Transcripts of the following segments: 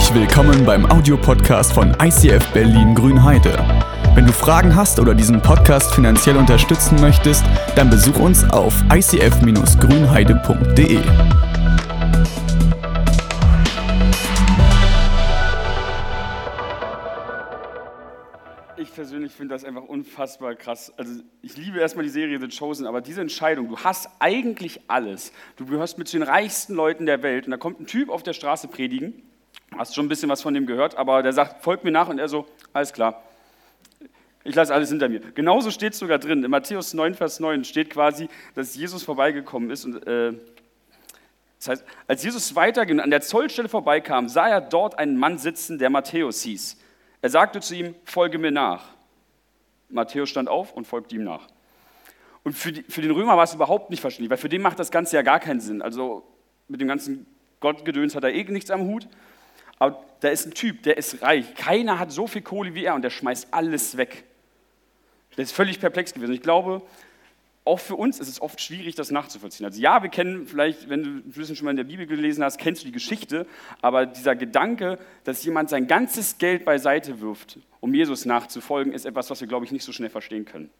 Herzlich willkommen beim Audiopodcast von ICF Berlin Grünheide. Wenn du Fragen hast oder diesen Podcast finanziell unterstützen möchtest, dann besuch uns auf icf-grünheide.de. Ich persönlich finde das einfach unfassbar krass. Also ich liebe erstmal die Serie The Chosen, aber diese Entscheidung, du hast eigentlich alles. Du gehörst mit zu den reichsten Leuten der Welt und da kommt ein Typ auf der Straße predigen, hast schon ein bisschen was von dem gehört, aber der sagt, folgt mir nach und er so, alles klar, ich lasse alles hinter mir. Genauso steht es sogar drin, in Matthäus 9, Vers 9 steht quasi, dass Jesus vorbeigekommen ist und das heißt, als Jesus weiterging und an der Zollstelle vorbeikam, sah er dort einen Mann sitzen, der Matthäus hieß. Er sagte zu ihm, folge mir nach. Matthäus stand auf und folgte ihm nach. Und für den Römer war es überhaupt nicht verständlich, weil für den macht das Ganze ja gar keinen Sinn. Also mit dem ganzen Gottgedöns hat er eh nichts am Hut. Aber da ist ein Typ, der ist reich. Keiner hat so viel Kohle wie er und der schmeißt alles weg. Der ist völlig perplex gewesen. Ich glaube, auch für uns ist es oft schwierig, das nachzuvollziehen. Also ja, wir kennen vielleicht, wenn du ein bisschen schon mal in der Bibel gelesen hast, kennst du die Geschichte, aber dieser Gedanke, dass jemand sein ganzes Geld beiseite wirft, um Jesus nachzufolgen, ist etwas, was wir, glaube ich, nicht so schnell verstehen können.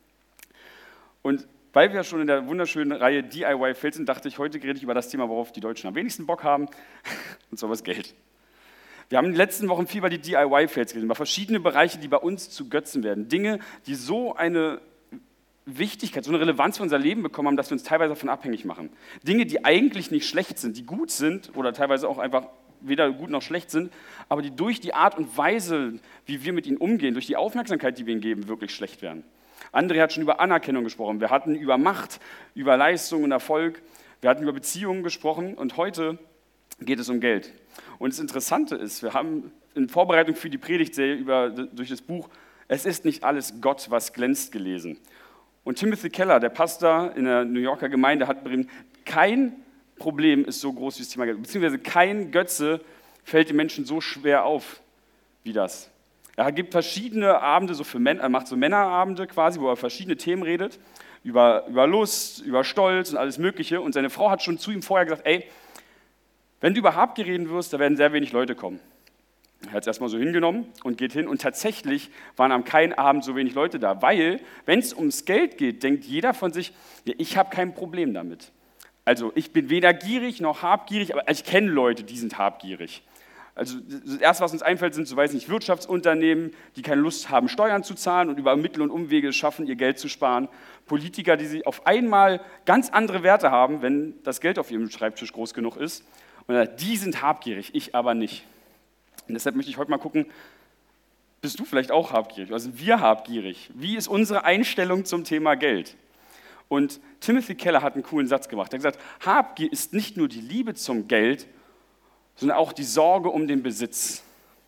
Und weil wir schon in der wunderschönen Reihe DIY-Fails sind, dachte ich, heute rede ich über das Thema, worauf die Deutschen am wenigsten Bock haben, und zwar das Geld. Wir haben in den letzten Wochen viel über die DIY-Fails geredet, über verschiedene Bereiche, die bei uns zu Götzen werden. Dinge, die so eine Wichtigkeit, so eine Relevanz für unser Leben bekommen haben, dass wir uns teilweise davon abhängig machen. Dinge, die eigentlich nicht schlecht sind, die gut sind oder teilweise auch einfach weder gut noch schlecht sind, aber die durch die Art und Weise, wie wir mit ihnen umgehen, durch die Aufmerksamkeit, die wir ihnen geben, wirklich schlecht werden. André hat schon über Anerkennung gesprochen, wir hatten über Macht, über Leistung und Erfolg, wir hatten über Beziehungen gesprochen und heute geht es um Geld. Und das Interessante ist, wir haben in Vorbereitung für die Predigtserie durch das Buch Es ist nicht alles Gott, was glänzt gelesen. Und Timothy Keller, der Pastor in der New Yorker Gemeinde, hat berichtet, kein Problem ist so groß wie das Thema Geld, beziehungsweise kein Götze fällt den Menschen so schwer auf wie das. Er gibt verschiedene Abende so für Männer, er macht so Männerabende quasi, wo er verschiedene Themen redet, über Lust, über Stolz und alles Mögliche. Und seine Frau hat schon zu ihm vorher gesagt, ey, wenn du über Habgier reden wirst, da werden sehr wenig Leute kommen. Er hat es erstmal so hingenommen und geht hin und tatsächlich waren am keinen Abend so wenig Leute da, weil, wenn es ums Geld geht, denkt jeder von sich, ja, ich habe kein Problem damit. Also ich bin weder gierig noch habgierig, aber ich kenne Leute, die sind habgierig. Also das Erste, was uns einfällt, sind, so weiß nicht, Wirtschaftsunternehmen, die keine Lust haben, Steuern zu zahlen und über Mittel und Umwege es schaffen, ihr Geld zu sparen. Politiker, die sich auf einmal ganz andere Werte haben, wenn das Geld auf ihrem Schreibtisch groß genug ist. Und die sind habgierig, ich aber nicht. Und deshalb möchte ich heute mal gucken, bist du vielleicht auch habgierig? Also sind wir habgierig? Wie ist unsere Einstellung zum Thema Geld? Und Timothy Keller hat einen coolen Satz gemacht. Er hat gesagt, Habgier ist nicht nur die Liebe zum Geld, sondern auch die Sorge um den Besitz.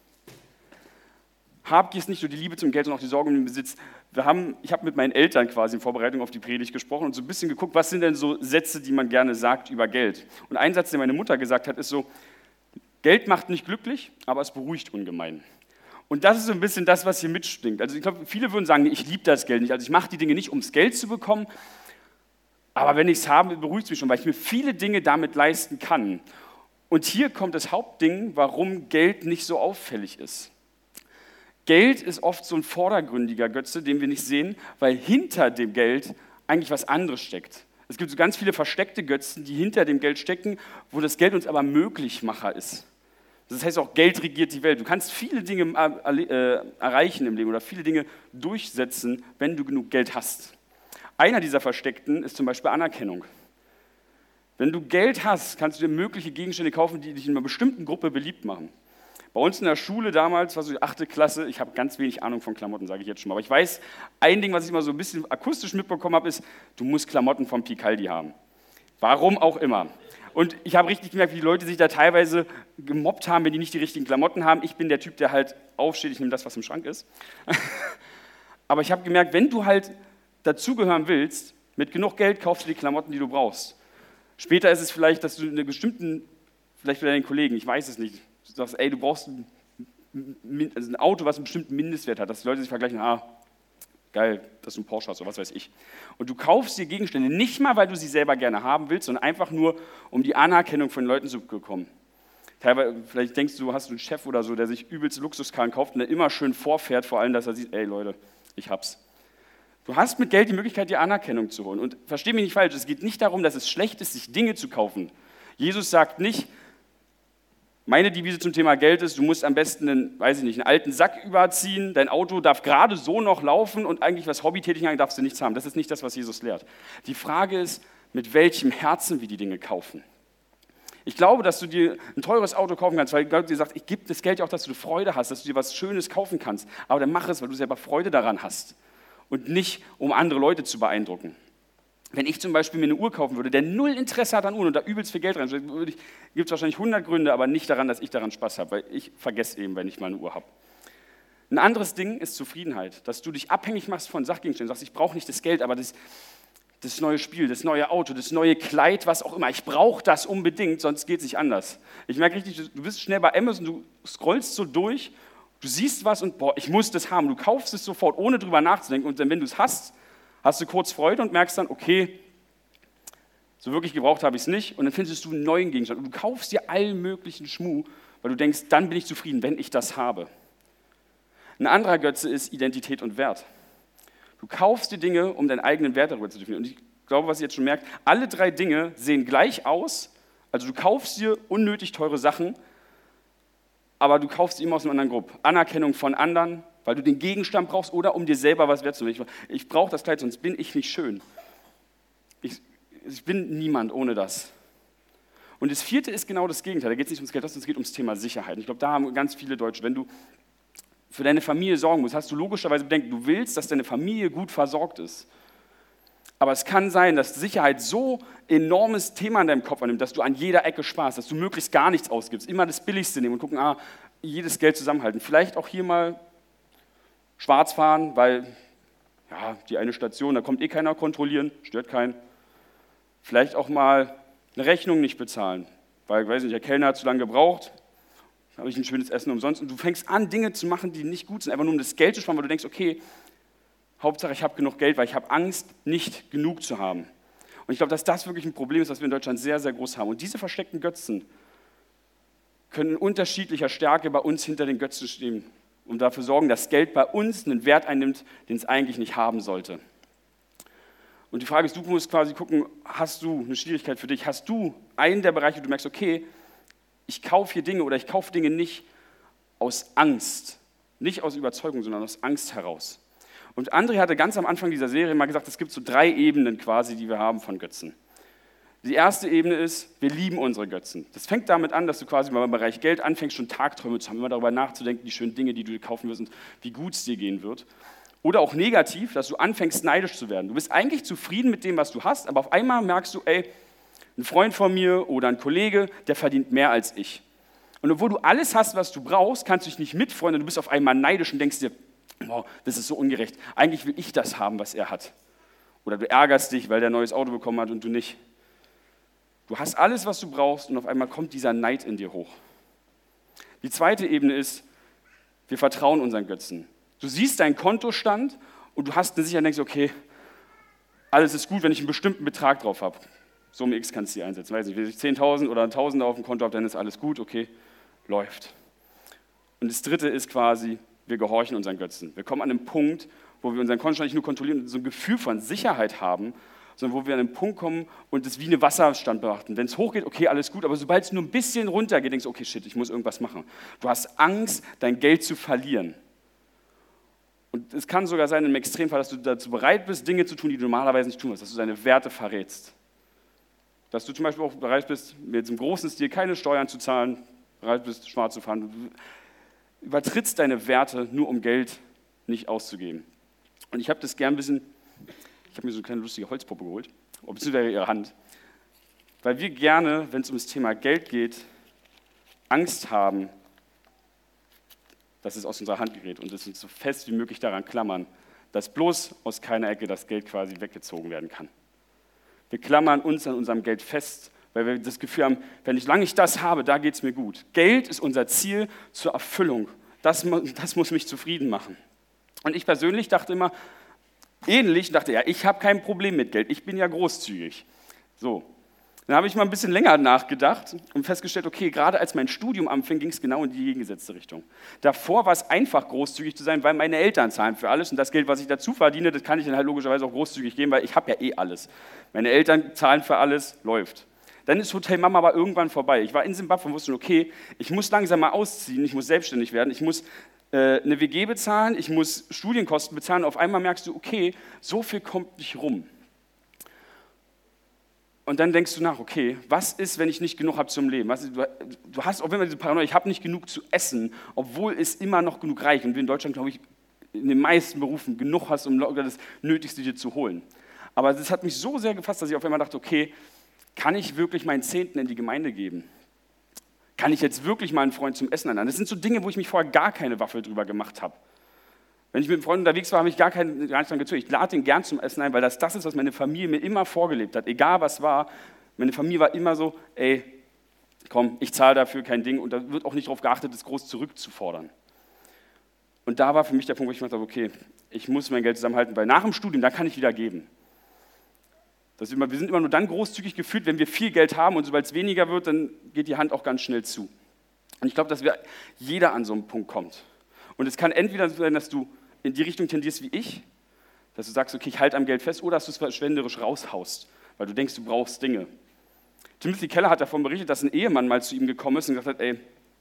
Habgier ist nicht nur die Liebe zum Geld, sondern auch die Sorge um den Besitz. Ich habe mit meinen Eltern quasi in Vorbereitung auf die Predigt gesprochen und so ein bisschen geguckt, was sind denn so Sätze, die man gerne sagt über Geld. Und ein Satz, den meine Mutter gesagt hat, ist so, Geld macht nicht glücklich, aber es beruhigt ungemein. Und das ist so ein bisschen das, was hier mitstingt. Also ich glaube, viele würden sagen, ich liebe das Geld nicht. Also ich mache die Dinge nicht, um das Geld zu bekommen, aber wenn ich es habe, beruhigt es mich schon, weil ich mir viele Dinge damit leisten kann. Und hier kommt das Hauptding, warum Geld nicht so auffällig ist. Geld ist oft so ein vordergründiger Götze, den wir nicht sehen, weil hinter dem Geld eigentlich was anderes steckt. Es gibt so ganz viele versteckte Götzen, die hinter dem Geld stecken, wo das Geld uns aber Möglichmacher ist. Das heißt auch, Geld regiert die Welt. Du kannst viele Dinge erreichen im Leben oder viele Dinge durchsetzen, wenn du genug Geld hast. Einer dieser Versteckten ist zum Beispiel Anerkennung. Wenn du Geld hast, kannst du dir mögliche Gegenstände kaufen, die dich in einer bestimmten Gruppe beliebt machen. Bei uns in der Schule damals, war so die 8. Klasse, ich habe ganz wenig Ahnung von Klamotten, sage ich jetzt schon mal. Aber ich weiß, ein Ding, was ich immer so ein bisschen akustisch mitbekommen habe, ist, du musst Klamotten vom Picaldi haben. Warum auch immer. Und ich habe richtig gemerkt, wie die Leute sich da teilweise gemobbt haben, wenn die nicht die richtigen Klamotten haben. Ich bin der Typ, der halt aufsteht, ich nehme das, was im Schrank ist. Aber ich habe gemerkt, wenn du halt dazugehören willst, mit genug Geld kaufst du die Klamotten, die du brauchst. Später ist es vielleicht, dass du eine bestimmten, vielleicht für deinen Kollegen, ich weiß es nicht, du sagst, ey, du brauchst ein Auto, was einen bestimmten Mindestwert hat, dass die Leute sich vergleichen, geil, dass du einen Porsche hast oder was weiß ich. Und du kaufst dir Gegenstände nicht mal, weil du sie selber gerne haben willst, sondern einfach nur, um die Anerkennung von Leuten zu bekommen. Teilweise, vielleicht denkst du, hast du einen Chef oder so, der sich übelst Luxuskarren kauft und der immer schön vorfährt, vor allem, dass er sieht, ey Leute, ich hab's. Du hast mit Geld die Möglichkeit, dir Anerkennung zu holen. Und versteh mich nicht falsch, es geht nicht darum, dass es schlecht ist, sich Dinge zu kaufen. Jesus sagt nicht, meine Devise zum Thema Geld ist, du musst am besten einen alten Sack überziehen, dein Auto darf gerade so noch laufen und eigentlich was Hobbytätigkeit darfst du nichts haben. Das ist nicht das, was Jesus lehrt. Die Frage ist, mit welchem Herzen wir die Dinge kaufen. Ich glaube, dass du dir ein teures Auto kaufen kannst, weil Gott dir sagt, ich gebe das Geld ja auch, dass du Freude hast, dass du dir was Schönes kaufen kannst. Aber dann mach es, weil du selber Freude daran hast und nicht, um andere Leute zu beeindrucken. Wenn ich zum Beispiel mir eine Uhr kaufen würde, der null Interesse hat an Uhren und da übelst viel Geld rein, gibt es wahrscheinlich 100 Gründe, aber nicht daran, dass ich daran Spaß habe, weil ich vergesse eben, wenn ich mal eine Uhr habe. Ein anderes Ding ist Zufriedenheit, dass du dich abhängig machst von Sachgegenständen, sagst, ich brauche nicht das Geld, aber das neue Spiel, das neue Auto, das neue Kleid, was auch immer, ich brauche das unbedingt, sonst geht es nicht anders. Ich merke richtig, du bist schnell bei Amazon, du scrollst so durch, du siehst was und boah, ich muss das haben, du kaufst es sofort, ohne drüber nachzudenken und dann, wenn du es hast du kurz Freude und merkst dann, okay, so wirklich gebraucht habe ich es nicht und dann findest du einen neuen Gegenstand und du kaufst dir allen möglichen Schmuh, weil du denkst, dann bin ich zufrieden, wenn ich das habe. Ein anderer Götze ist Identität und Wert. Du kaufst die Dinge, um deinen eigenen Wert darüber zu definieren. Und ich glaube, was ihr jetzt schon merkt, alle 3 Dinge sehen gleich aus, also du kaufst dir unnötig teure Sachen, aber du kaufst sie immer aus einer anderen Gruppe. Anerkennung von anderen, weil du den Gegenstand brauchst oder um dir selber was wert zu machen. Ich brauche das Kleid, sonst bin ich nicht schön. Ich bin niemand ohne das. Und das 4. ist genau das Gegenteil. Da geht es nicht ums Geld, es geht ums Thema Sicherheit. Ich glaube, da haben ganz viele Deutsche, wenn du für deine Familie sorgen musst, hast du logischerweise Bedenken, du willst, dass deine Familie gut versorgt ist. Aber es kann sein, dass Sicherheit so enormes Thema in deinem Kopf annimmt, dass du an jeder Ecke sparst, dass du möglichst gar nichts ausgibst, immer das Billigste nehmen und gucken, jedes Geld zusammenhalten. Vielleicht auch hier mal schwarz fahren, weil die eine Station, da kommt keiner kontrollieren, stört keinen. Vielleicht auch mal eine Rechnung nicht bezahlen, weil, der Kellner hat zu lange gebraucht, habe ich ein schönes Essen umsonst. Und du fängst an, Dinge zu machen, die nicht gut sind, einfach nur um das Geld zu sparen, weil du denkst, okay, Hauptsache ich habe genug Geld, weil ich habe Angst, nicht genug zu haben. Und ich glaube, dass das wirklich ein Problem ist, was wir in Deutschland sehr, sehr groß haben. Und diese versteckten Götzen können in unterschiedlicher Stärke bei uns hinter den Götzen stehen und dafür sorgen, dass Geld bei uns einen Wert einnimmt, den es eigentlich nicht haben sollte. Und die Frage ist, du musst quasi gucken, hast du eine Schwierigkeit für dich? Hast du einen der Bereiche, wo du merkst, okay, ich kaufe hier Dinge oder ich kaufe Dinge nicht aus Angst, nicht aus Überzeugung, sondern aus Angst heraus. Und André hatte ganz am Anfang dieser Serie mal gesagt, es gibt so 3 Ebenen quasi, die wir haben von Götzen. Die erste Ebene ist, wir lieben unsere Götzen. Das fängt damit an, dass du quasi beim Bereich Geld anfängst, schon Tagträume zu haben, immer darüber nachzudenken, die schönen Dinge, die du dir kaufen wirst und wie gut es dir gehen wird. Oder auch negativ, dass du anfängst, neidisch zu werden. Du bist eigentlich zufrieden mit dem, was du hast, aber auf einmal merkst du, ein Freund von mir oder ein Kollege, der verdient mehr als ich. Und obwohl du alles hast, was du brauchst, kannst du dich nicht mitfreuen und du bist auf einmal neidisch und denkst dir, wow, das ist so ungerecht. Eigentlich will ich das haben, was er hat. Oder du ärgerst dich, weil der ein neues Auto bekommen hat und du nicht. Du hast alles, was du brauchst und auf einmal kommt dieser Neid in dir hoch. Die zweite Ebene ist, wir vertrauen unseren Götzen. Du siehst deinen Kontostand und du hast eine Sicherheit und denkst, okay, alles ist gut, wenn ich einen bestimmten Betrag drauf habe. Summe X kannst du dir einsetzen. Weiß nicht, wenn ich 10.000 oder 1.000 auf dem Konto habe, dann ist alles gut, okay, läuft. Und das dritte ist quasi, wir gehorchen unseren Götzen. Wir kommen an einen Punkt, wo wir unseren Kontostand nicht nur kontrollieren und so ein Gefühl von Sicherheit haben, sondern wo wir an einen Punkt kommen und es wie eine Wasserstand betrachten. Wenn es hochgeht, okay, alles gut, aber sobald es nur ein bisschen runtergeht, denkst du, okay, shit, ich muss irgendwas machen. Du hast Angst, dein Geld zu verlieren. Und es kann sogar sein, im Extremfall, dass du dazu bereit bist, Dinge zu tun, die du normalerweise nicht tun wirst, dass du deine Werte verrätst. Dass du zum Beispiel auch bereit bist, jetzt im großen Stil keine Steuern zu zahlen, bereit bist, schwarz zu fahren. Du übertrittst deine Werte, nur um Geld nicht auszugeben. Und ich habe das gern ein bisschen, ich habe mir so eine kleine lustige Holzpuppe geholt, beziehungsweise ihre Hand, weil wir gerne, wenn es um das Thema Geld geht, Angst haben, dass es aus unserer Hand gerät und es uns so fest wie möglich daran klammern, dass bloß aus keiner Ecke das Geld quasi weggezogen werden kann. Wir klammern uns an unserem Geld fest, weil wir das Gefühl haben, solange ich das habe, da geht es mir gut. Geld ist unser Ziel zur Erfüllung. Das muss mich zufrieden machen. Und ich persönlich dachte immer, ich habe kein Problem mit Geld, ich bin ja großzügig. So. Dann habe ich mal ein bisschen länger nachgedacht und festgestellt, okay, gerade als mein Studium anfing, ging es genau in die gegengesetzte Richtung. Davor war es einfach, großzügig zu sein, weil meine Eltern zahlen für alles und das Geld, was ich dazu verdiene, das kann ich dann halt logischerweise auch großzügig geben, weil ich habe ja eh alles. Meine Eltern zahlen für alles, läuft. Dann ist Hotel Mama aber irgendwann vorbei. Ich war in Simbabwe und wusste, okay, ich muss langsam mal ausziehen, ich muss selbstständig werden, ich muss eine WG bezahlen, ich muss Studienkosten bezahlen. Auf einmal merkst du, okay, so viel kommt nicht rum. Und dann denkst du nach, okay, was ist, wenn ich nicht genug habe zum Leben? Du hast auch immer diese Paranoia, ich habe nicht genug zu essen, obwohl es immer noch genug reicht. Und wir in Deutschland, glaube ich, in den meisten Berufen genug hast, um das Nötigste dir zu holen. Aber das hat mich so sehr gefasst, dass ich auf einmal dachte, okay, kann ich wirklich meinen Zehnten in die Gemeinde geben? Kann ich jetzt wirklich meinen Freund zum Essen einladen? Das sind so Dinge, wo ich mich vorher gar keine Waffel drüber gemacht habe. Wenn ich mit einem Freund unterwegs war, habe ich gar nicht dran gezögert. Ich lade den gern zum Essen ein, weil das ist, was meine Familie mir immer vorgelebt hat. Egal was war, meine Familie war immer so, ey, komm, ich zahle dafür kein Ding. Und da wird auch nicht darauf geachtet, das groß zurückzufordern. Und da war für mich der Punkt, wo ich mir dachte, okay, ich muss mein Geld zusammenhalten, weil nach dem Studium, da kann ich wieder geben. Wir sind immer nur dann großzügig gefühlt, wenn wir viel Geld haben und sobald es weniger wird, dann geht die Hand auch ganz schnell zu. Und ich glaube, dass jeder an so einen Punkt kommt. Und es kann entweder sein, dass du in die Richtung tendierst wie ich, dass du sagst, okay, ich halte am Geld fest, oder dass du es verschwenderisch raushaust, weil du denkst, du brauchst Dinge. Timothy Keller hat davon berichtet, dass ein Ehemann mal zu ihm gekommen ist und gesagt hat, ey,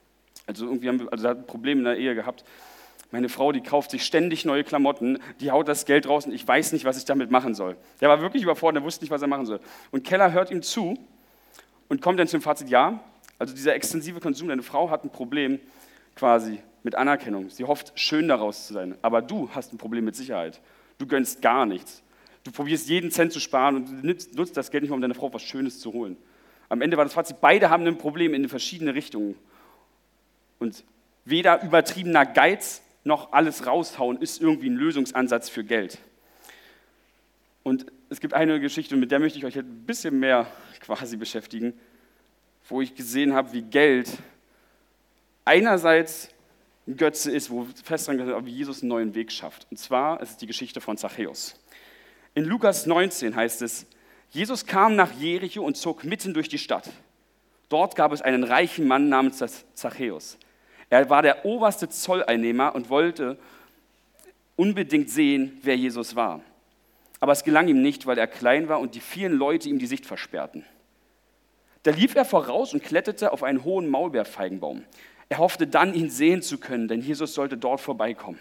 er hat ein Problem in der Ehe gehabt. Meine Frau, die kauft sich ständig neue Klamotten, die haut das Geld raus und ich weiß nicht, was ich damit machen soll. Der war wirklich überfordert, der wusste nicht, was er machen soll. Und Keller hört ihm zu und kommt dann zum Fazit, ja, also dieser extensive Konsum, deine Frau hat ein Problem quasi mit Anerkennung. Sie hofft, schön daraus zu sein, aber du hast ein Problem mit Sicherheit. Du gönnst gar nichts. Du probierst jeden Cent zu sparen und du nutzt das Geld nicht mehr, um deiner Frau was Schönes zu holen. Am Ende war das Fazit, beide haben ein Problem in verschiedene Richtungen. Und weder übertriebener Geiz noch alles raushauen ist irgendwie ein Lösungsansatz für Geld. Und es gibt eine Geschichte, mit der möchte ich euch ein bisschen mehr quasi beschäftigen, wo ich gesehen habe, wie Geld einerseits ein Götze ist, wo fest dran gesagt wird, wie Jesus einen neuen Weg schafft. Und zwar ist es die Geschichte von Zachäus. In Lukas 19 heißt es, Jesus kam nach Jericho und zog mitten durch die Stadt. Dort gab es einen reichen Mann namens Zachäus. Er war der oberste Zolleinnehmer und wollte unbedingt sehen, wer Jesus war. Aber es gelang ihm nicht, weil er klein war und die vielen Leute ihm die Sicht versperrten. Da lief er voraus und kletterte auf einen hohen Maulbeerfeigenbaum. Er hoffte dann, ihn sehen zu können, denn Jesus sollte dort vorbeikommen.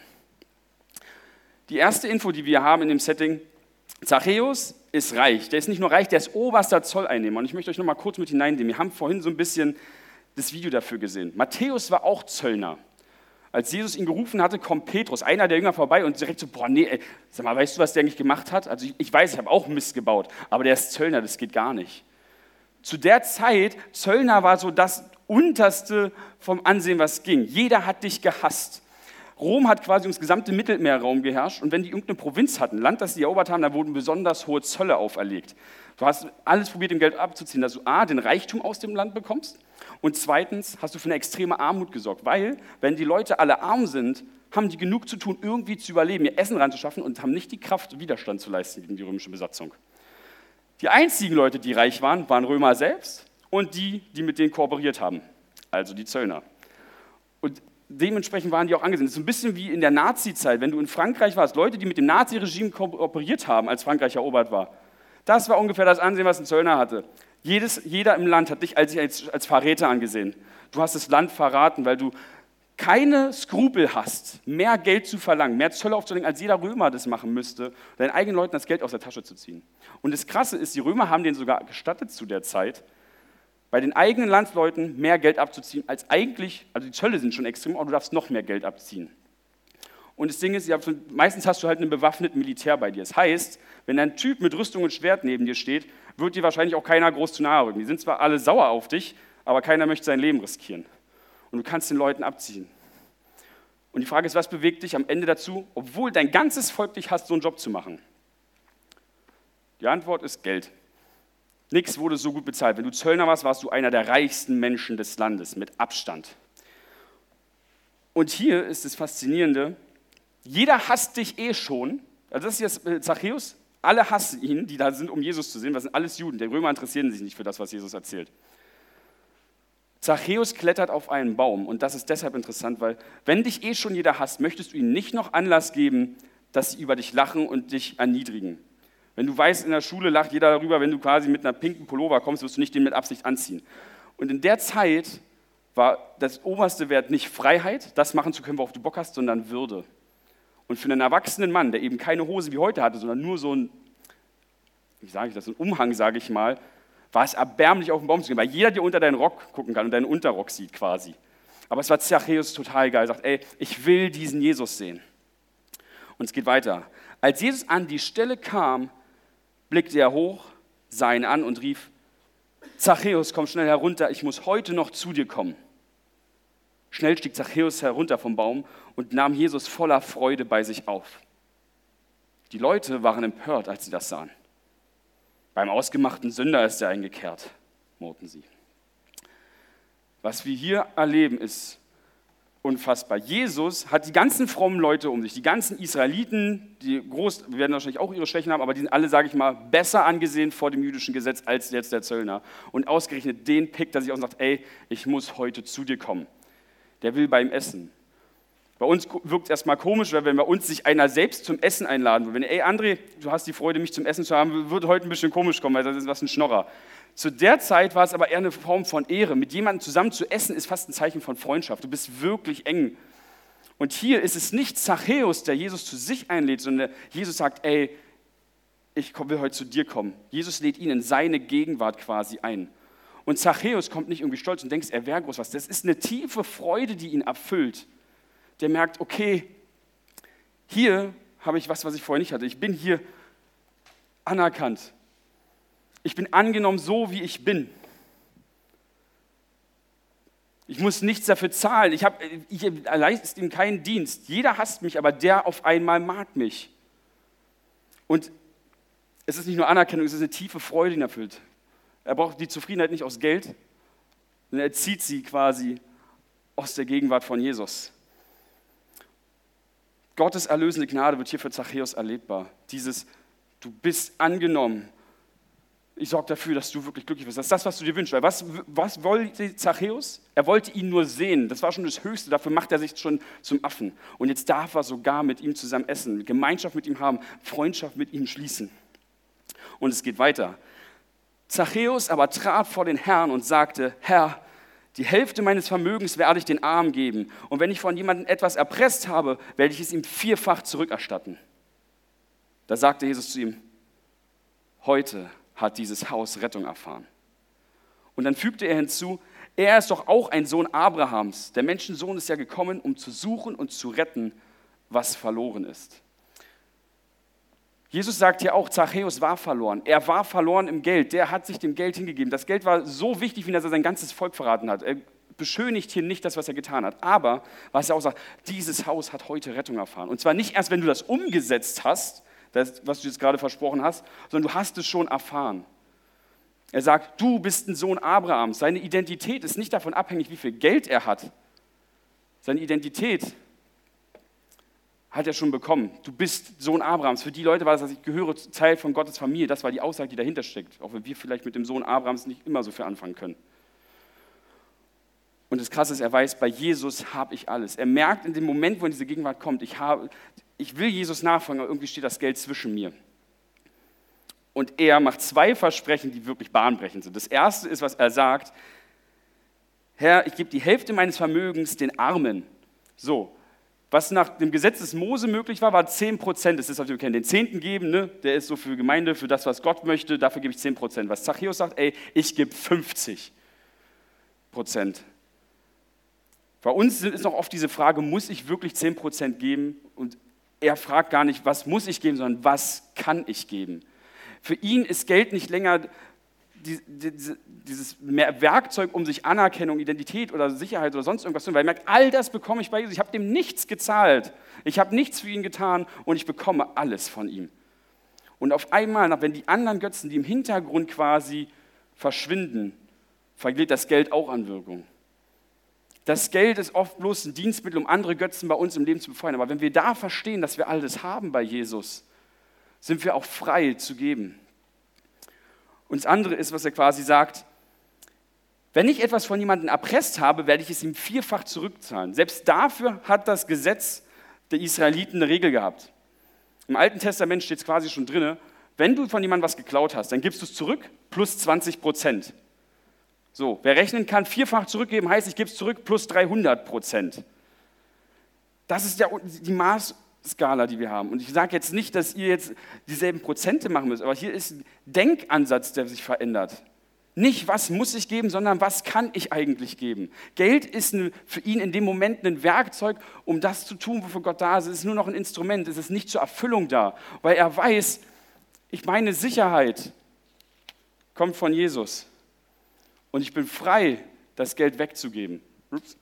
Die erste Info, die wir haben in dem Setting, Zachäus ist reich. Der ist nicht nur reich, der ist oberster Zolleinnehmer. Und ich möchte euch noch mal kurz mit hineinnehmen. Wir haben vorhin so ein bisschen das Video dafür gesehen. Matthäus war auch Zöllner. Als Jesus ihn gerufen hatte, kommt Petrus, einer der Jünger, vorbei und direkt so, boah, nee, ey, sag mal, weißt du, was der eigentlich gemacht hat? Also ich weiß, ich habe auch Mist gebaut, aber der ist Zöllner, das geht gar nicht. Zu der Zeit, Zöllner war so das Unterste vom Ansehen, was ging. Jeder hat dich gehasst. Rom hat quasi ums gesamte Mittelmeerraum geherrscht und wenn die irgendeine Provinz hatten, ein Land, das sie erobert haben, da wurden besonders hohe Zölle auferlegt. Du hast alles probiert, dem Geld abzuziehen, dass du A, den Reichtum aus dem Land bekommst und zweitens hast du für eine extreme Armut gesorgt, weil, wenn die Leute alle arm sind, haben die genug zu tun, irgendwie zu überleben, ihr Essen ranzuschaffen und haben nicht die Kraft, Widerstand zu leisten gegen die römische Besatzung. Die einzigen Leute, die reich waren, waren Römer selbst und die mit denen kooperiert haben, also die Zöllner. Und dementsprechend waren die auch angesehen. Das ist ein bisschen wie in der Nazi-Zeit, wenn du in Frankreich warst, Leute, die mit dem Nazi-Regime kooperiert haben, als Frankreich erobert war. Das war ungefähr das Ansehen, was ein Zöllner hatte. Jeder im Land hat dich als Verräter angesehen. Du hast das Land verraten, weil du keine Skrupel hast, mehr Geld zu verlangen, mehr Zölle aufzulegen, als jeder Römer das machen müsste, deinen eigenen Leuten das Geld aus der Tasche zu ziehen. Und das Krasse ist, die Römer haben denen sogar gestattet zu der Zeit, bei den eigenen Landsleuten mehr Geld abzuziehen, als eigentlich, also die Zölle sind schon extrem, aber du darfst noch mehr Geld abziehen. Und das Ding ist, meistens hast du halt einen bewaffneten Militär bei dir. Das heißt, wenn ein Typ mit Rüstung und Schwert neben dir steht, wird dir wahrscheinlich auch keiner groß zu nahe rücken. Die sind zwar alle sauer auf dich, aber keiner möchte sein Leben riskieren. Und du kannst den Leuten abziehen. Und die Frage ist, was bewegt dich am Ende dazu, obwohl dein ganzes Volk dich hasst, so einen Job zu machen? Die Antwort ist Geld. Nichts wurde so gut bezahlt. Wenn du Zöllner warst, warst du einer der reichsten Menschen des Landes, mit Abstand. Und hier ist das Faszinierende, jeder hasst dich eh schon. Also das ist jetzt Zachäus, Alle hassen ihn, die da sind, um Jesus zu sehen. Das sind alles Juden. Die Römer interessieren sich nicht für das, was Jesus erzählt. Zachäus klettert auf einen Baum und das ist deshalb interessant, weil wenn dich eh schon jeder hasst, möchtest du ihnen nicht noch Anlass geben, dass sie über dich lachen und dich erniedrigen. Wenn du weißt, in der Schule lacht jeder darüber, wenn du quasi mit einer pinken Pullover kommst, wirst du nicht den mit Absicht anziehen. Und in der Zeit war das oberste Wert nicht Freiheit, das machen zu können, worauf du Bock hast, sondern Würde. Und für einen erwachsenen Mann, der eben keine Hose wie heute hatte, sondern nur so ein, ein Umhang, sage ich mal, war es erbärmlich, auf den Baum zu gehen, weil jeder dir unter deinen Rock gucken kann und deinen Unterrock sieht quasi. Aber es war Zachäus total geil. Er sagt, ey, ich will diesen Jesus sehen. Und es geht weiter. Als Jesus an die Stelle kam, blickte er hoch, sah ihn an und rief, Zachäus, komm schnell herunter, ich muss heute noch zu dir kommen. Schnell stieg Zachäus herunter vom Baum und nahm Jesus voller Freude bei sich auf. Die Leute waren empört, als sie das sahen. Beim ausgemachten Sünder ist er eingekehrt, murrten sie. Was wir hier erleben, ist unfassbar. Jesus hat die ganzen frommen Leute um sich, die ganzen Israeliten, wir werden wahrscheinlich auch ihre Schwächen haben, aber die sind alle, sage ich mal, besser angesehen vor dem jüdischen Gesetz als jetzt der Zöllner. Und ausgerechnet den pickt er sich aus und sagt, ey, ich muss heute zu dir kommen. Der will beim Essen. Bei uns wirkt es erstmal komisch, weil wenn bei uns sich einer selbst zum Essen einladen will. Wenn, ey André, du hast die Freude, mich zum Essen zu haben, würde heute ein bisschen komisch kommen, weil das ist was ein Schnorrer. Zu der Zeit war es aber eher eine Form von Ehre. Mit jemandem zusammen zu essen ist fast ein Zeichen von Freundschaft. Du bist wirklich eng. Und hier ist es nicht Zachäus, der Jesus zu sich einlädt, sondern Jesus sagt, ey, ich will heute zu dir kommen. Jesus lädt ihn in seine Gegenwart quasi ein. Und Zachäus kommt nicht irgendwie stolz und denkt, er wäre groß was. Das ist eine tiefe Freude, die ihn erfüllt. Der merkt, okay, hier habe ich was ich vorher nicht hatte. Ich bin hier anerkannt. Ich bin angenommen so, wie ich bin. Ich muss nichts dafür zahlen. Ich leiste ihm keinen Dienst. Jeder hasst mich, aber der auf einmal mag mich. Und es ist nicht nur Anerkennung, es ist eine tiefe Freude, die ihn erfüllt. Er braucht die Zufriedenheit nicht aus Geld, sondern er zieht sie quasi aus der Gegenwart von Jesus. Gottes erlösende Gnade wird hier für Zachäus erlebbar. Dieses, du bist angenommen. Ich sorge dafür, dass du wirklich glücklich bist. Das ist das, was du dir wünschst. Weil was wollte Zachäus? Er wollte ihn nur sehen. Das war schon das Höchste. Dafür macht er sich schon zum Affen. Und jetzt darf er sogar mit ihm zusammen essen, Gemeinschaft mit ihm haben, Freundschaft mit ihm schließen. Und es geht weiter. Zachäus aber trat vor den Herrn und sagte, Herr, die Hälfte meines Vermögens werde ich den Armen geben. Und wenn ich von jemandem etwas erpresst habe, werde ich es ihm 4-fach zurückerstatten. Da sagte Jesus zu ihm, heute hat dieses Haus Rettung erfahren. Und dann fügte er hinzu, er ist doch auch ein Sohn Abrahams. Der Menschensohn ist ja gekommen, um zu suchen und zu retten, was verloren ist. Jesus sagt ja auch, Zachäus war verloren. Er war verloren im Geld. Der hat sich dem Geld hingegeben. Das Geld war so wichtig, wie dass er sein ganzes Volk verraten hat. Er beschönigt hier nicht das, was er getan hat. Aber, was er auch sagt, dieses Haus hat heute Rettung erfahren. Und zwar nicht erst, wenn du das umgesetzt hast, das, was du jetzt gerade versprochen hast, sondern du hast es schon erfahren. Er sagt, du bist ein Sohn Abrahams. Seine Identität ist nicht davon abhängig, wie viel Geld er hat. Seine Identität hat er schon bekommen. Du bist Sohn Abrahams. Für die Leute war das, ich gehöre Teil von Gottes Familie. Das war die Aussage, die dahinter steckt. Auch wenn wir vielleicht mit dem Sohn Abrahams nicht immer so viel anfangen können. Und das Krasse ist, er weiß, bei Jesus habe ich alles. Er merkt in dem Moment, wo in diese Gegenwart kommt, ich will Jesus nachfolgen, aber irgendwie steht das Geld zwischen mir. Und er macht 2 Versprechen, die wirklich bahnbrechend sind. Das erste ist, was er sagt, Herr, ich gebe die Hälfte meines Vermögens den Armen. So, was nach dem Gesetz des Mose möglich war 10%. Das ist, was wir kennen, den Zehnten geben, ne? Der ist so für Gemeinde, für das, was Gott möchte, dafür gebe ich 10%. Was Zachäus sagt, ich gebe 50%. Bei uns ist noch oft diese Frage, muss ich wirklich 10% geben? Und er fragt gar nicht, was muss ich geben, sondern was kann ich geben? Für ihn ist Geld nicht länger dieses Werkzeug, um sich Anerkennung, Identität oder Sicherheit oder sonst irgendwas zu tun, weil er merkt, all das bekomme ich bei Jesus. Ich habe dem nichts gezahlt, ich habe nichts für ihn getan und ich bekomme alles von ihm. Und auf einmal, wenn die anderen Götzen, die im Hintergrund quasi verschwinden, verliert das Geld auch an Wirkung. Das Geld ist oft bloß ein Dienstmittel, um andere Götzen bei uns im Leben zu befreien. Aber wenn wir da verstehen, dass wir alles haben bei Jesus, sind wir auch frei zu geben. Und das andere ist, was er quasi sagt, wenn ich etwas von jemandem erpresst habe, werde ich es ihm vierfach zurückzahlen. Selbst dafür hat das Gesetz der Israeliten eine Regel gehabt. Im Alten Testament steht es quasi schon drin, wenn du von jemandem was geklaut hast, dann gibst du es zurück plus 20%. So, wer rechnen kann, vierfach zurückgeben, heißt, ich gebe es zurück plus 300%. Das ist ja die Maßskala, die wir haben. Und ich sage jetzt nicht, dass ihr jetzt dieselben Prozente machen müsst, aber hier ist ein Denkansatz, der sich verändert. Nicht, was muss ich geben, sondern was kann ich eigentlich geben. Geld ist für ihn in dem Moment ein Werkzeug, um das zu tun, wofür Gott da ist. Es ist nur noch ein Instrument, es ist nicht zur Erfüllung da, weil er weiß, meine Sicherheit kommt von Jesus und ich bin frei, das Geld wegzugeben. Ups.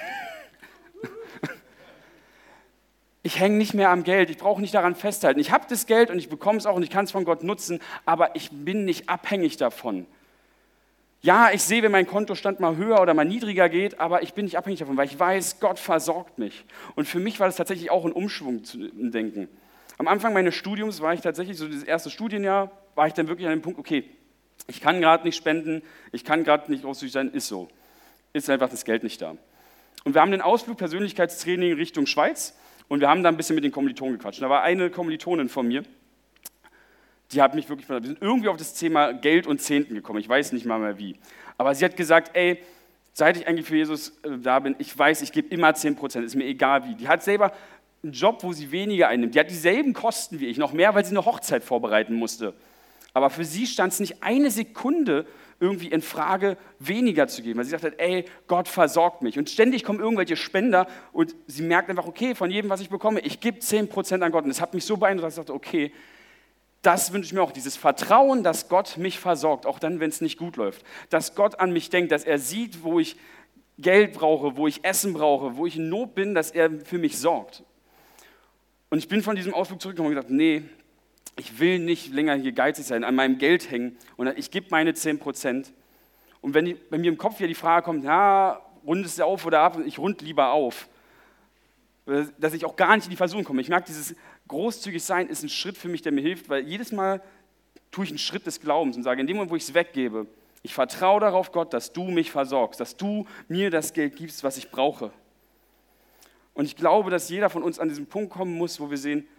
Ich hänge nicht mehr am Geld, ich brauche nicht daran festhalten. Ich habe das Geld und ich bekomme es auch und ich kann es von Gott nutzen, aber ich bin nicht abhängig davon. Ja, ich sehe, wenn mein Kontostand mal höher oder mal niedriger geht, aber ich bin nicht abhängig davon, weil ich weiß, Gott versorgt mich. Und für mich war das tatsächlich auch ein Umschwung zu denken. Am Anfang meines Studiums war ich tatsächlich, so das erste Studienjahr, war ich dann wirklich an dem Punkt, okay, ich kann gerade nicht spenden, ich kann gerade nicht großzügig sein, ist so. Ist einfach das Geld nicht da. Und wir haben einen Ausflug Persönlichkeitstraining Richtung Schweiz und wir haben da ein bisschen mit den Kommilitonen gequatscht. Da war eine Kommilitonin von mir, die hat mich wirklich, wir sind irgendwie auf das Thema Geld und Zehnten gekommen, ich weiß nicht mal mehr wie. Aber sie hat gesagt, ey, seit ich eigentlich für Jesus da bin, ich weiß, ich gebe immer 10%, ist mir egal wie. Die hat selber einen Job, wo sie weniger einnimmt. Die hat dieselben Kosten wie ich, noch mehr, weil sie eine Hochzeit vorbereiten musste. Aber für sie stand es nicht eine Sekunde irgendwie in Frage, weniger zu geben. Weil sie gesagt hat, ey, Gott versorgt mich. Und ständig kommen irgendwelche Spender und sie merkt einfach, okay, von jedem, was ich bekomme, ich gebe 10% an Gott. Und das hat mich so beeindruckt, dass ich dachte, okay, das wünsche ich mir auch, dieses Vertrauen, dass Gott mich versorgt, auch dann, wenn es nicht gut läuft. Dass Gott an mich denkt, dass er sieht, wo ich Geld brauche, wo ich Essen brauche, wo ich in Not bin, dass er für mich sorgt. Und ich bin von diesem Ausflug zurückgekommen und gedacht, nee, ich will nicht länger hier geizig sein, an meinem Geld hängen und ich gebe meine 10%. Und wenn bei mir im Kopf wieder die Frage kommt, ja, rundest du auf oder ab, ich rund lieber auf, dass ich auch gar nicht in die Versuchung komme. Ich merke, dieses großzügig sein ist ein Schritt für mich, der mir hilft, weil jedes Mal tue ich einen Schritt des Glaubens und sage, in dem Moment, wo ich es weggebe, ich vertraue darauf, Gott, dass du mich versorgst, dass du mir das Geld gibst, was ich brauche. Und ich glaube, dass jeder von uns an diesen Punkt kommen muss, wo wir sehen,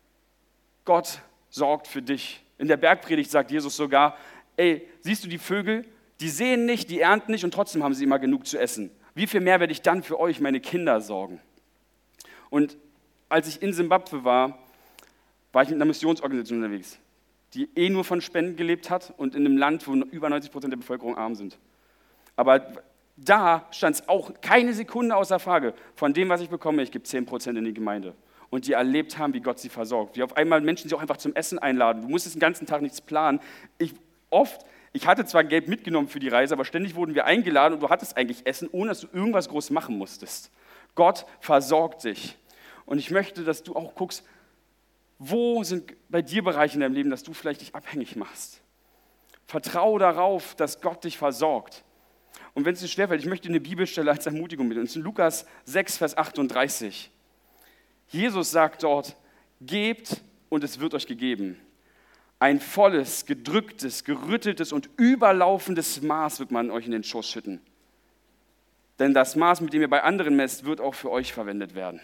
Gott sorgt für dich. In der Bergpredigt sagt Jesus sogar, ey, siehst du die Vögel, die sehen nicht, die ernten nicht und trotzdem haben sie immer genug zu essen. Wie viel mehr werde ich dann für euch, meine Kinder, sorgen? Und als ich in Simbabwe war ich mit einer Missionsorganisation unterwegs, die nur von Spenden gelebt hat und in einem Land, wo über 90% der Bevölkerung arm sind. Aber da stand es auch keine Sekunde außer Frage, von dem, was ich bekomme, ich gebe 10% in die Gemeinde. Und die erlebt haben, wie Gott sie versorgt. Wie auf einmal Menschen sie auch einfach zum Essen einladen. Du musstest den ganzen Tag nichts planen. Ich hatte zwar Geld mitgenommen für die Reise, aber ständig wurden wir eingeladen und du hattest eigentlich Essen, ohne dass du irgendwas groß machen musstest. Gott versorgt dich. Und ich möchte, dass du auch guckst, wo sind bei dir Bereiche in deinem Leben, dass du vielleicht dich abhängig machst. Vertraue darauf, dass Gott dich versorgt. Und wenn es dir schwerfällt, ich möchte eine Bibelstelle als Ermutigung mitnehmen. Es ist in Lukas 6, Vers 38. Jesus sagt dort, gebt und es wird euch gegeben. Ein volles, gedrücktes, gerütteltes und überlaufendes Maß wird man euch in den Schoß schütten. Denn das Maß, mit dem ihr bei anderen messt, wird auch für euch verwendet werden.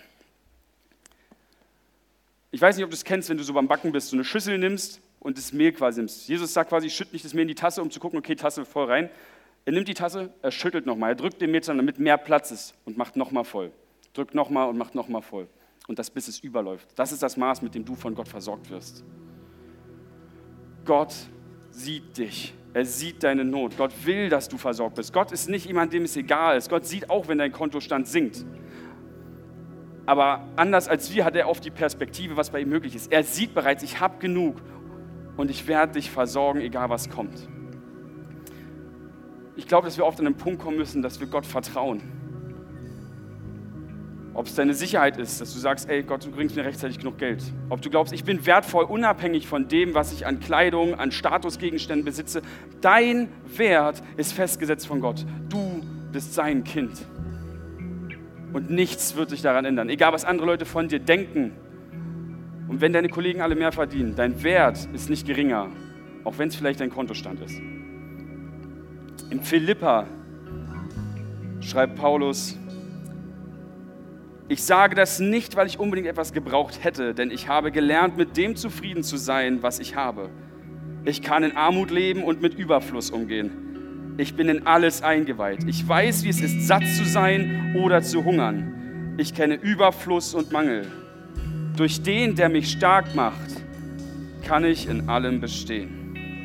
Ich weiß nicht, ob du es kennst, wenn du so beim Backen bist, so eine Schüssel nimmst und das Mehl quasi nimmst. Jesus sagt quasi, schütt nicht das Mehl in die Tasse, um zu gucken, okay, Tasse voll rein. Er nimmt die Tasse, er schüttelt nochmal, er drückt den Mehl zusammen, damit mehr Platz ist und macht nochmal voll. Drückt nochmal und macht nochmal voll. Und das, bis es überläuft. Das ist das Maß, mit dem du von Gott versorgt wirst. Gott sieht dich. Er sieht deine Not. Gott will, dass du versorgt bist. Gott ist nicht jemand, dem es egal ist. Gott sieht auch, wenn dein Kontostand sinkt. Aber anders als wir hat er oft die Perspektive, was bei ihm möglich ist. Er sieht bereits, ich habe genug und ich werde dich versorgen, egal was kommt. Ich glaube, dass wir oft an den Punkt kommen müssen, dass wir Gott vertrauen. Ob es deine Sicherheit ist, dass du sagst, ey Gott, du bringst mir rechtzeitig genug Geld. Ob du glaubst, ich bin wertvoll, unabhängig von dem, was ich an Kleidung, an Statusgegenständen besitze. Dein Wert ist festgesetzt von Gott. Du bist sein Kind. Und nichts wird sich daran ändern. Egal, was andere Leute von dir denken. Und Und wenn deine Kollegen alle mehr verdienen, dein Wert ist nicht geringer, auch wenn es vielleicht dein Kontostand ist. Im Philipper schreibt Paulus: Ich sage das nicht, weil ich unbedingt etwas gebraucht hätte, denn ich habe gelernt, mit dem zufrieden zu sein, was ich habe. Ich kann in Armut leben und mit Überfluss umgehen. Ich bin in alles eingeweiht. Ich weiß, wie es ist, satt zu sein oder zu hungern. Ich kenne Überfluss und Mangel. Durch den, der mich stark macht, kann ich in allem bestehen.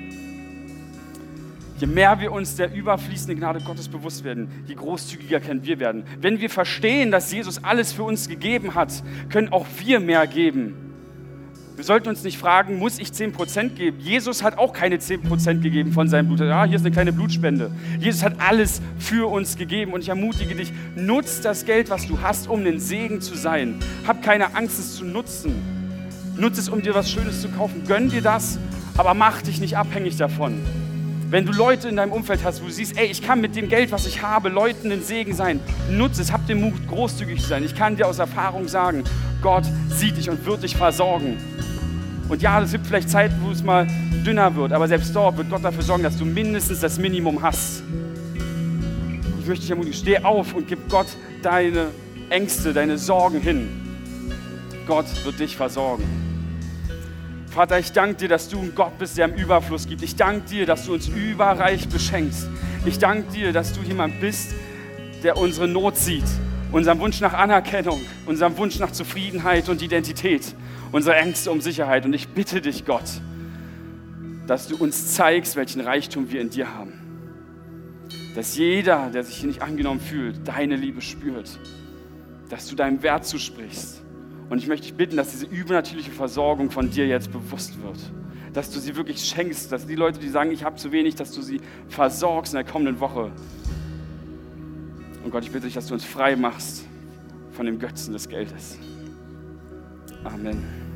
Je mehr wir uns der überfließenden Gnade Gottes bewusst werden, je großzügiger können wir werden. Wenn wir verstehen, dass Jesus alles für uns gegeben hat, können auch wir mehr geben. Wir sollten uns nicht fragen, muss ich 10% geben? Jesus hat auch keine 10% gegeben von seinem Blut. Ja, hier ist eine kleine Blutspende. Jesus hat alles für uns gegeben und ich ermutige dich, nutz das Geld, was du hast, um ein Segen zu sein. Hab keine Angst, es zu nutzen. Nutz es, um dir was Schönes zu kaufen. Gönn dir das, aber mach dich nicht abhängig davon. Wenn du Leute in deinem Umfeld hast, wo du siehst, ey, ich kann mit dem Geld, was ich habe, Leuten ein Segen sein, nutze es, hab den Mut, großzügig zu sein. Ich kann dir aus Erfahrung sagen, Gott sieht dich und wird dich versorgen. Und ja, es gibt vielleicht Zeiten, wo es mal dünner wird, aber selbst dort wird Gott dafür sorgen, dass du mindestens das Minimum hast. Ich möchte dich ermutigen, steh auf und gib Gott deine Ängste, deine Sorgen hin. Gott wird dich versorgen. Vater, ich danke dir, dass du ein Gott bist, der im Überfluss gibt. Ich danke dir, dass du uns überreich beschenkst. Ich danke dir, dass du jemand bist, der unsere Not sieht, unseren Wunsch nach Anerkennung, unseren Wunsch nach Zufriedenheit und Identität, unsere Ängste um Sicherheit. Und ich bitte dich, Gott, dass du uns zeigst, welchen Reichtum wir in dir haben. Dass jeder, der sich hier nicht angenommen fühlt, deine Liebe spürt. Dass du deinem Wert zusprichst. Und ich möchte dich bitten, dass diese übernatürliche Versorgung von dir jetzt bewusst wird. Dass du sie wirklich schenkst, dass die Leute, die sagen, ich habe zu wenig, dass du sie versorgst in der kommenden Woche. Und Gott, ich bitte dich, dass du uns frei machst von dem Götzen des Geldes. Amen.